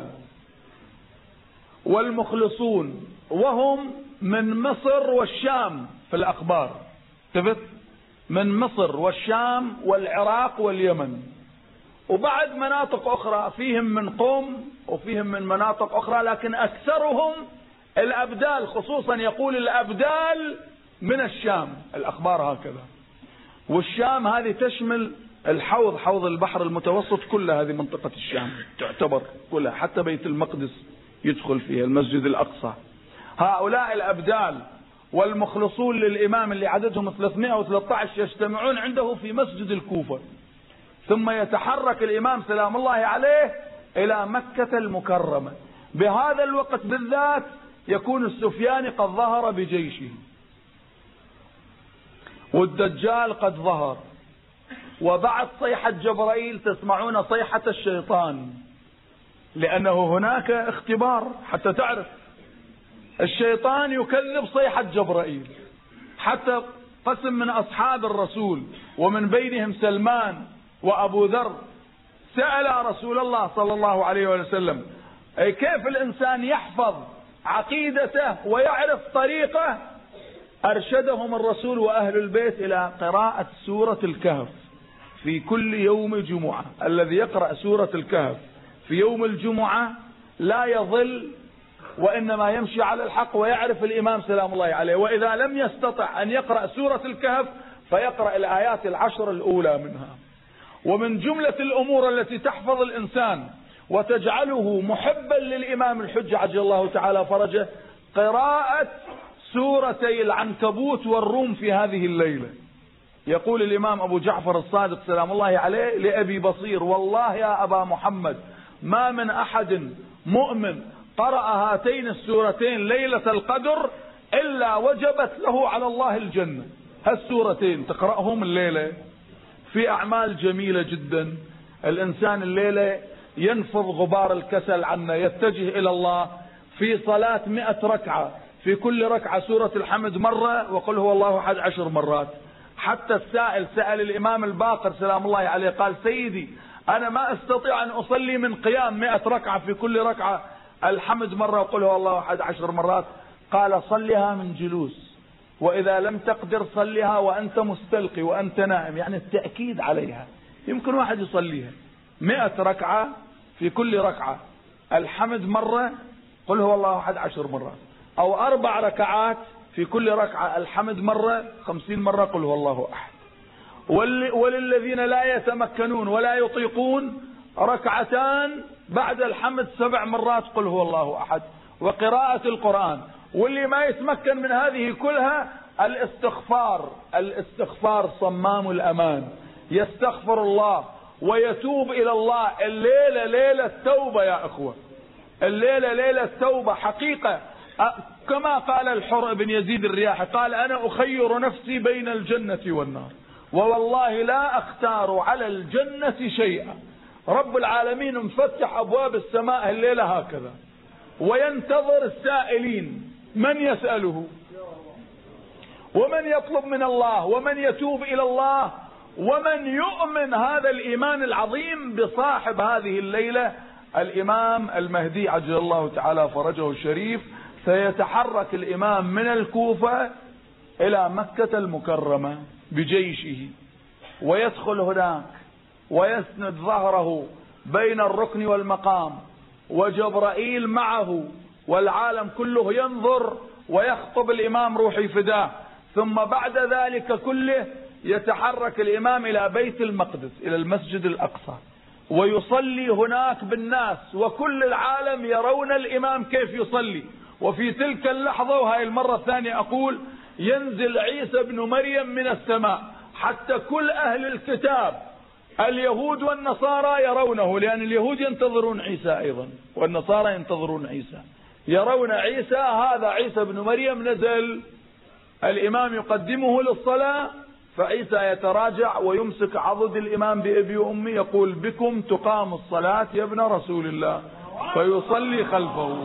والمخلصون، وهم من مصر والشام في الأخبار. تبت من مصر والشام والعراق واليمن، وبعد مناطق أخرى فيهم من قوم وفيهم من مناطق أخرى، لكن أكثرهم الأبدال. خصوصا يقول الأبدال من الشام، الأخبار هكذا. والشام هذه تشمل الحوض، حوض البحر المتوسط كلها، هذه منطقة الشام تعتبر كلها، حتى بيت المقدس يدخل فيها، المسجد الأقصى. هؤلاء الأبدال والمخلصون للإمام اللي عددهم 313 يجتمعون عنده في مسجد الكوفة، ثم يتحرك الإمام سلام الله عليه إلى مكة المكرمة. بهذا الوقت بالذات يكون السفياني قد ظهر بجيشه، والدجال قد ظهر، وبعد صيحة جبرائيل تسمعون صيحة الشيطان، لأنه هناك اختبار حتى تعرف. الشيطان يكذب صيحة جبرائيل، حتى قسم من أصحاب الرسول ومن بينهم سلمان وأبو ذر سأل رسول الله صلى الله عليه وسلم أي كيف الإنسان يحفظ عقيدته ويعرف طريقه. أرشدهم الرسول وأهل البيت إلى قراءة سورة الكهف في كل يوم جمعة. الذي يقرأ سورة الكهف في يوم الجمعة لا يضل وإنما يمشي على الحق ويعرف الإمام سلام الله عليه. وإذا لم يستطع أن يقرأ سورة الكهف فيقرأ الآيات 10 الأولى منها. ومن جملة الأمور التي تحفظ الإنسان وتجعله محبا للإمام الحجة عجل الله تعالى فرجه قراءة سورتي العنكبوت والروم في هذه الليلة. يقول الإمام أبو جعفر الصادق سلام الله عليه لأبي بصير: والله يا أبا محمد ما من أحد مؤمن قرأ هاتين السورتين ليلة القدر إلا وجبت له على الله الجنة. هالسورتين تقرأهم الليلة في أعمال جميلة جدا. الإنسان الليلة ينفض غبار الكسل عنه، يتجه إلى الله في صلاة 100 ركعة، في كل ركعة سورة الحمد مرة وقل هو الله أحد 10 مرات. حتى السائل سأل الإمام الباقر سلام الله عليه قال: سيدي أنا ما أستطيع أن أصلي من قيام 100 ركعة في كل ركعة الحمد مرة وقل هو الله أحد 10 مرات. قال: صلها من جلوس، وإذا لم تقدر صلها وأنت مستلقي وأنت نائم، يعني التأكيد عليها. يمكن واحد يصليها 100 ركعة في كل ركعة الحمد مرة قل هو الله أحد 10 مرات، أو 4 ركعات في كل ركعة الحمد مرة 50 مرة قل هو الله أحد. وللذين لا يتمكنون ولا يطيقون ركعتان بعد الحمد 7 مرات قل هو الله أحد، وقراءة القرآن. واللي ما يتمكن من هذه كلها الاستغفار صمام الأمان، يستغفر الله ويتوب إلى الله. الليلة ليلة توبة يا أخوة، الليلة ليلة توبة حقيقة. كما قال الحر بن يزيد الرياحي قال: أنا أخير نفسي بين الجنة والنار، ووالله لا أختار على الجنة شيئا. رب العالمين مفتح أبواب السماء الليلة هكذا وينتظر السائلين، من يسأله ومن يطلب من الله ومن يتوب إلى الله ومن يؤمن هذا الإيمان العظيم بصاحب هذه الليلة الإمام المهدي عجل الله تعالى فرجه الشريف. سيتحرك الإمام من الكوفة إلى مكة المكرمة بجيشه، ويدخل هناك ويسند ظهره بين الركن والمقام، وجبرائيل معه، والعالم كله ينظر ويخطب الإمام روحي فداه. ثم بعد ذلك كله يتحرك الإمام إلى بيت المقدس، إلى المسجد الأقصى، ويصلي هناك بالناس، وكل العالم يرون الإمام كيف يصلي. وفي تلك اللحظة، وهي المرة الثانية أقول، ينزل عيسى بن مريم من السماء حتى كل أهل الكتاب اليهود والنصارى يرونه، لأن اليهود ينتظرون عيسى أيضا والنصارى ينتظرون عيسى، يرون عيسى. هذا عيسى بن مريم نزل، الإمام يقدمه للصلاة، فعيسى يتراجع ويمسك عضد الإمام بأبي وأمي، يقول: بكم تقام الصلاة يا ابن رسول الله، فيصلي خلفه.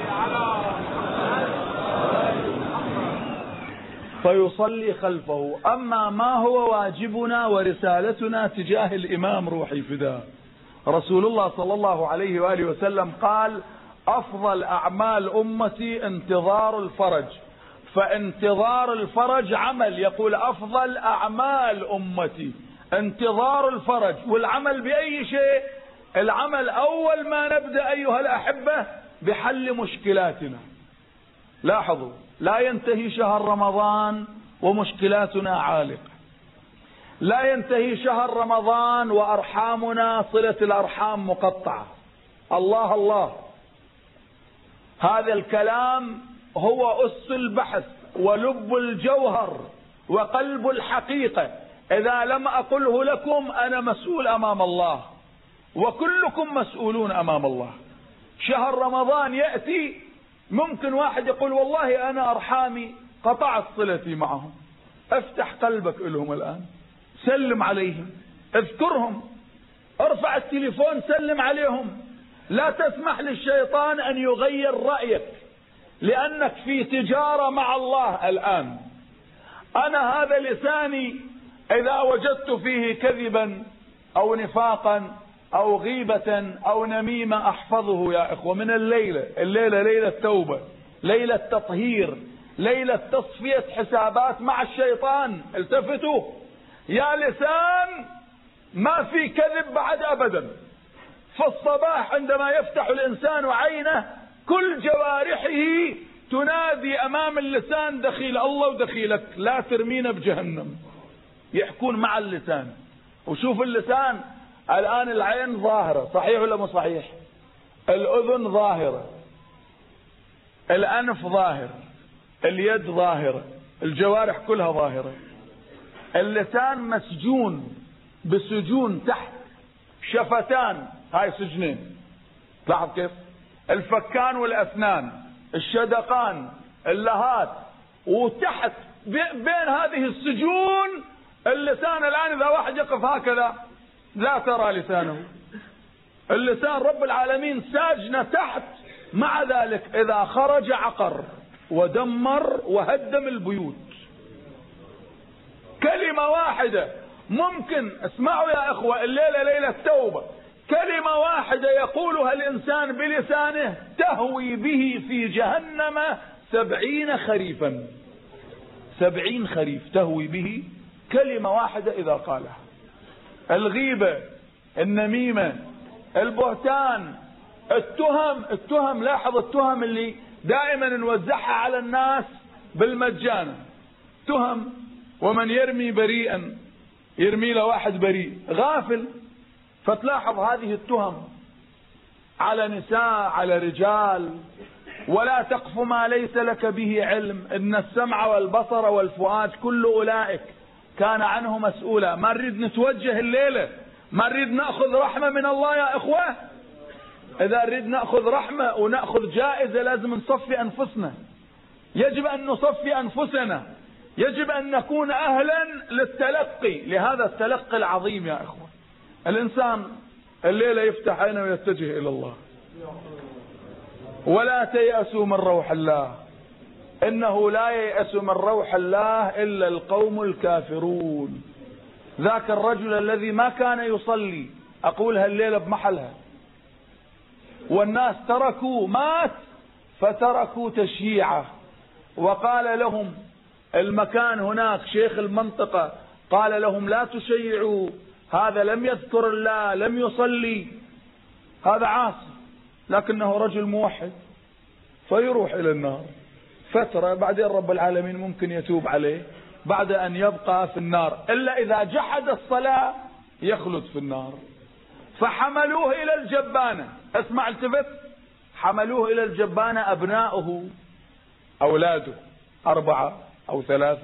أما ما هو واجبنا ورسالتنا تجاه الإمام روحي فداه، رسول الله صلى الله عليه وآله وسلم قال: أفضل أعمال أمتي انتظار الفرج، فانتظار الفرج عمل. يقول: أفضل أعمال أمتي انتظار الفرج. والعمل بأي شيء؟ العمل أول ما نبدأ أيها الأحبة بحل مشكلاتنا. لاحظوا، لا ينتهي شهر رمضان ومشكلاتنا عالقة، لا ينتهي شهر رمضان وأرحامنا صلة الأرحام مقطعة. الله الله، هذا الكلام هو أس البحث ولب الجوهر وقلب الحقيقة. إذا لم أقله لكم أنا مسؤول أمام الله، وكلكم مسؤولون أمام الله. شهر رمضان يأتي، ممكن واحد يقول: والله أنا أرحامي قطعت صلتي معهم. افتح قلبك لهم الآن، سلم عليهم، اذكرهم، ارفع التليفون سلم عليهم. لا تسمح للشيطان أن يغير رأيك، لأنك في تجارة مع الله الآن. أنا هذا لساني إذا وجدت فيه كذبا أو نفاقا أو غيبة أو نميمة أحفظه يا إخوة من الليلة. الليلة ليلة توبة، ليلة تطهير، ليلة تصفية حسابات مع الشيطان. التفتوا يا لسان، ما في كذب بعد أبدا، في الصباح عندما يفتح الإنسان عينه كل جوارحه تنادي أمام اللسان دخيل الله ودخيلك، لا ترمينا بجهنم. يحكون مع اللسان. وشوف اللسان الآن، العين ظاهرة صحيح ولا مو صحيح؟ الأذن ظاهرة، الأنف ظاهر، اليد ظاهرة، الجوارح كلها ظاهرة. اللسان مسجون بسجون تحت، شفتان هاي سجنين، لاحظ كيف؟ الفكان والأسنان، الشدقان، اللهات، وتحت بين هذه السجون اللسان. الآن إذا واحد يقف هكذا لا ترى لسانه. اللسان رب العالمين ساجنة تحت، مع ذلك إذا خرج عقر ودمر وهدم البيوت. كلمة واحدة ممكن، اسمعوا يا إخوة، الليلة ليلة توبة، كلمة واحدة يقولها الإنسان بلسانه تهوي به في جهنم 70 خريفا. 70 خريف تهوي به كلمة واحدة إذا قالها. الغيبة، النميمة، البهتان، التهم. لاحظ التهم اللي دائما نوزعها على الناس بالمجان. تهم، ومن يرمي بريئا يرمي له واحد بريء غافل. فتلاحظ هذه التهم على نساء، على رجال. ولا تقف ما ليس لك به علم، إن السمع والبصر والفؤاد كل أولئك كان عنه مسؤولا. ما نريد نتوجه الليلة، ما نريد نأخذ رحمة من الله يا إخوة. إذا نريد نأخذ رحمة ونأخذ جائزة لازم نصفي أنفسنا. يجب أن نصفي أنفسنا، يجب أن نكون أهلا للتلقي، لهذا التلقي العظيم يا إخوة. الإنسان الليلة يفتح عينه ويتجه إلى الله. ولا تيأسوا من روح الله، إنه لا ييأس من روح الله إلا القوم الكافرون. ذاك الرجل الذي ما كان يصلي، أقولها الليلة بمحلها، والناس تركوا، مات فتركوا تشييعه. وقال لهم المكان هناك شيخ المنطقة، قال لهم لا تشيعوا، هذا لم يذكر الله، لم يصلي، هذا عاصي، لكنه رجل موحد، فيروح إلى النار فترة. بعدين رب العالمين ممكن يتوب عليه بعد أن يبقى في النار، إلا إذا جحد الصلاة يخلد في النار. فحملوه إلى الجبانة. اسمع التفت، حملوه إلى الجبانة أبناؤه، أولاده 4 أو 3،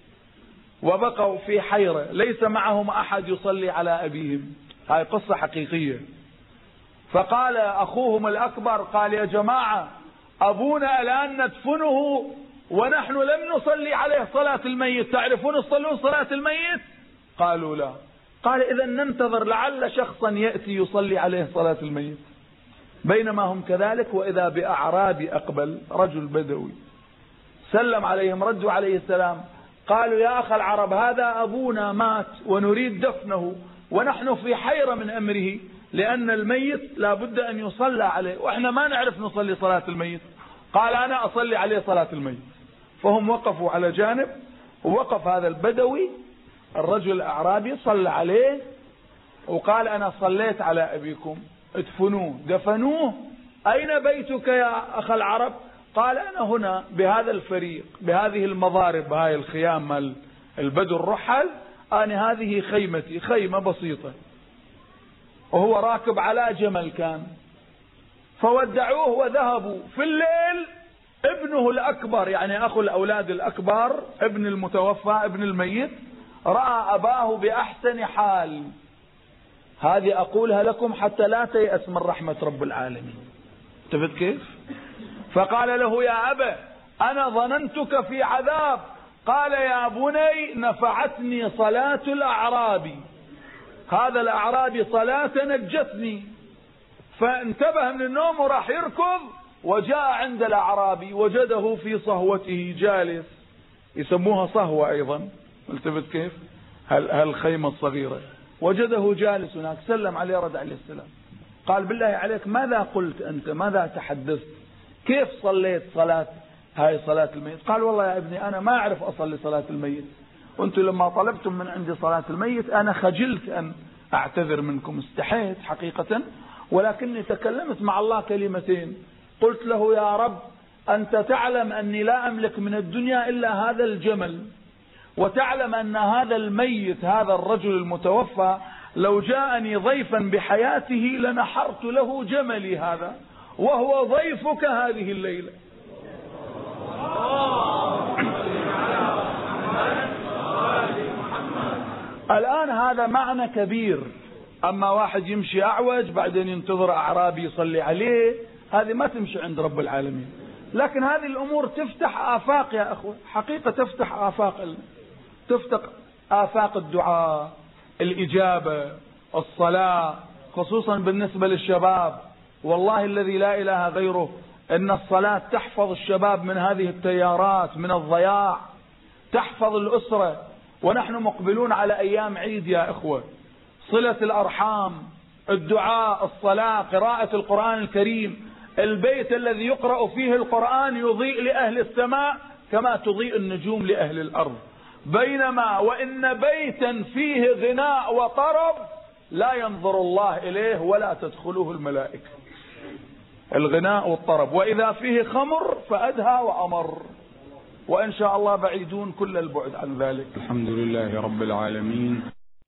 وبقوا في حيرة، ليس معهم أحد يصلي على أبيهم. هاي قصة حقيقية. فقال أخوهم الأكبر، قال يا جماعة أبونا الآن ندفنه ونحن لم نصلي عليه صلاة الميت، تعرفون تصلون صلاة الميت؟ قالوا لا. قال إذا ننتظر لعل شخصا يأتي يصلي عليه صلاة الميت. بينما هم كذلك وإذا بأعرابي أقبل، رجل بدوي، سلم عليهم، ردوا عليه السلام، قالوا يا أخ العرب هذا أبونا مات ونريد دفنه ونحن في حيرة من أمره، لأن الميت لا بد أن يصلى عليه وإحنا ما نعرف نصلي صلاة الميت. قال أنا أصلي عليه صلاة الميت. فهم وقفوا على جانب، ووقف هذا البدوي الرجل الأعرابي صلى عليه وقال أنا صليت على أبيكم، ادفنوه. دفنوه. أين بيتك يا أخ العرب؟ قال أنا هنا بهذا الفريق، بهذه المضارب، هاي الخيام مال البدو الرحل، أنا هذه خيمتي، خيمة بسيطة. وهو راكب على جمل كان. فودعوه وذهبوا. في الليل ابنه الأكبر، يعني أخو الأولاد الأكبر، ابن المتوفى، ابن الميت، رأى أباه بأحسن حال. هذه أقولها لكم حتى لا تيأس من رحمة رب العالمين. تفت كيف؟ فقال له يا أبا أنا ظننتك في عذاب. قال يا بني نفعتني صلاة الأعرابي، هذا الأعرابي صلاة نجتني. فانتبه من النوم وراح يركض، وجاء عند الأعرابي وجده في صهوته جالس، يسموها صهوة أيضا، التفت كيف؟ هالخيمة الصغيرة، وجده جالس هناك، سلم عليه، رد عليه السلام، قال بالله عليك ماذا قلت أنت؟ ماذا تحدثت؟ كيف صليت صلاة هاي صلاة الميت؟ قال والله يا ابني أنا ما أعرف أصلي صلاة الميت، وأنتم لما طلبتم من عندي صلاة الميت أنا خجلت أن أعتذر منكم، استحيت حقيقة، ولكني تكلمت مع الله كلمتين، قلت له يا رب أنت تعلم أني لا أملك من الدنيا إلا هذا الجمل، وتعلم أن هذا الميت هذا الرجل المتوفى لو جاءني ضيفا بحياته لنحرت له جملي هذا، وهو ضيفك هذه الليلة. الآن هذا معنى كبير. أما واحد يمشي أعوج بعدين ينتظر أعرابي يصلي عليه، هذه ما تمشي عند رب العالمين. لكن هذه الأمور تفتح آفاق يا أخوة، حقيقة تفتح آفاق الدعاء، الإجابة، الصلاة، خصوصا بالنسبة للشباب. والله الذي لا إله غيره إن الصلاة تحفظ الشباب من هذه التيارات، من الضياع، تحفظ الأسرة. ونحن مقبلون على أيام عيد يا إخوة، صلة الأرحام، الدعاء، الصلاة، قراءة القرآن الكريم. البيت الذي يقرأ فيه القرآن يضيء لأهل السماء كما تضيء النجوم لأهل الأرض. بينما وإن بيتا فيه غناء وطرب لا ينظر الله إليه ولا تدخله الملائكة. الغناء والطرب، وإذا فيه خمر فأدهى وأمر، وإن شاء الله بعيدون كل البعد عن ذلك. الحمد لله رب العالمين.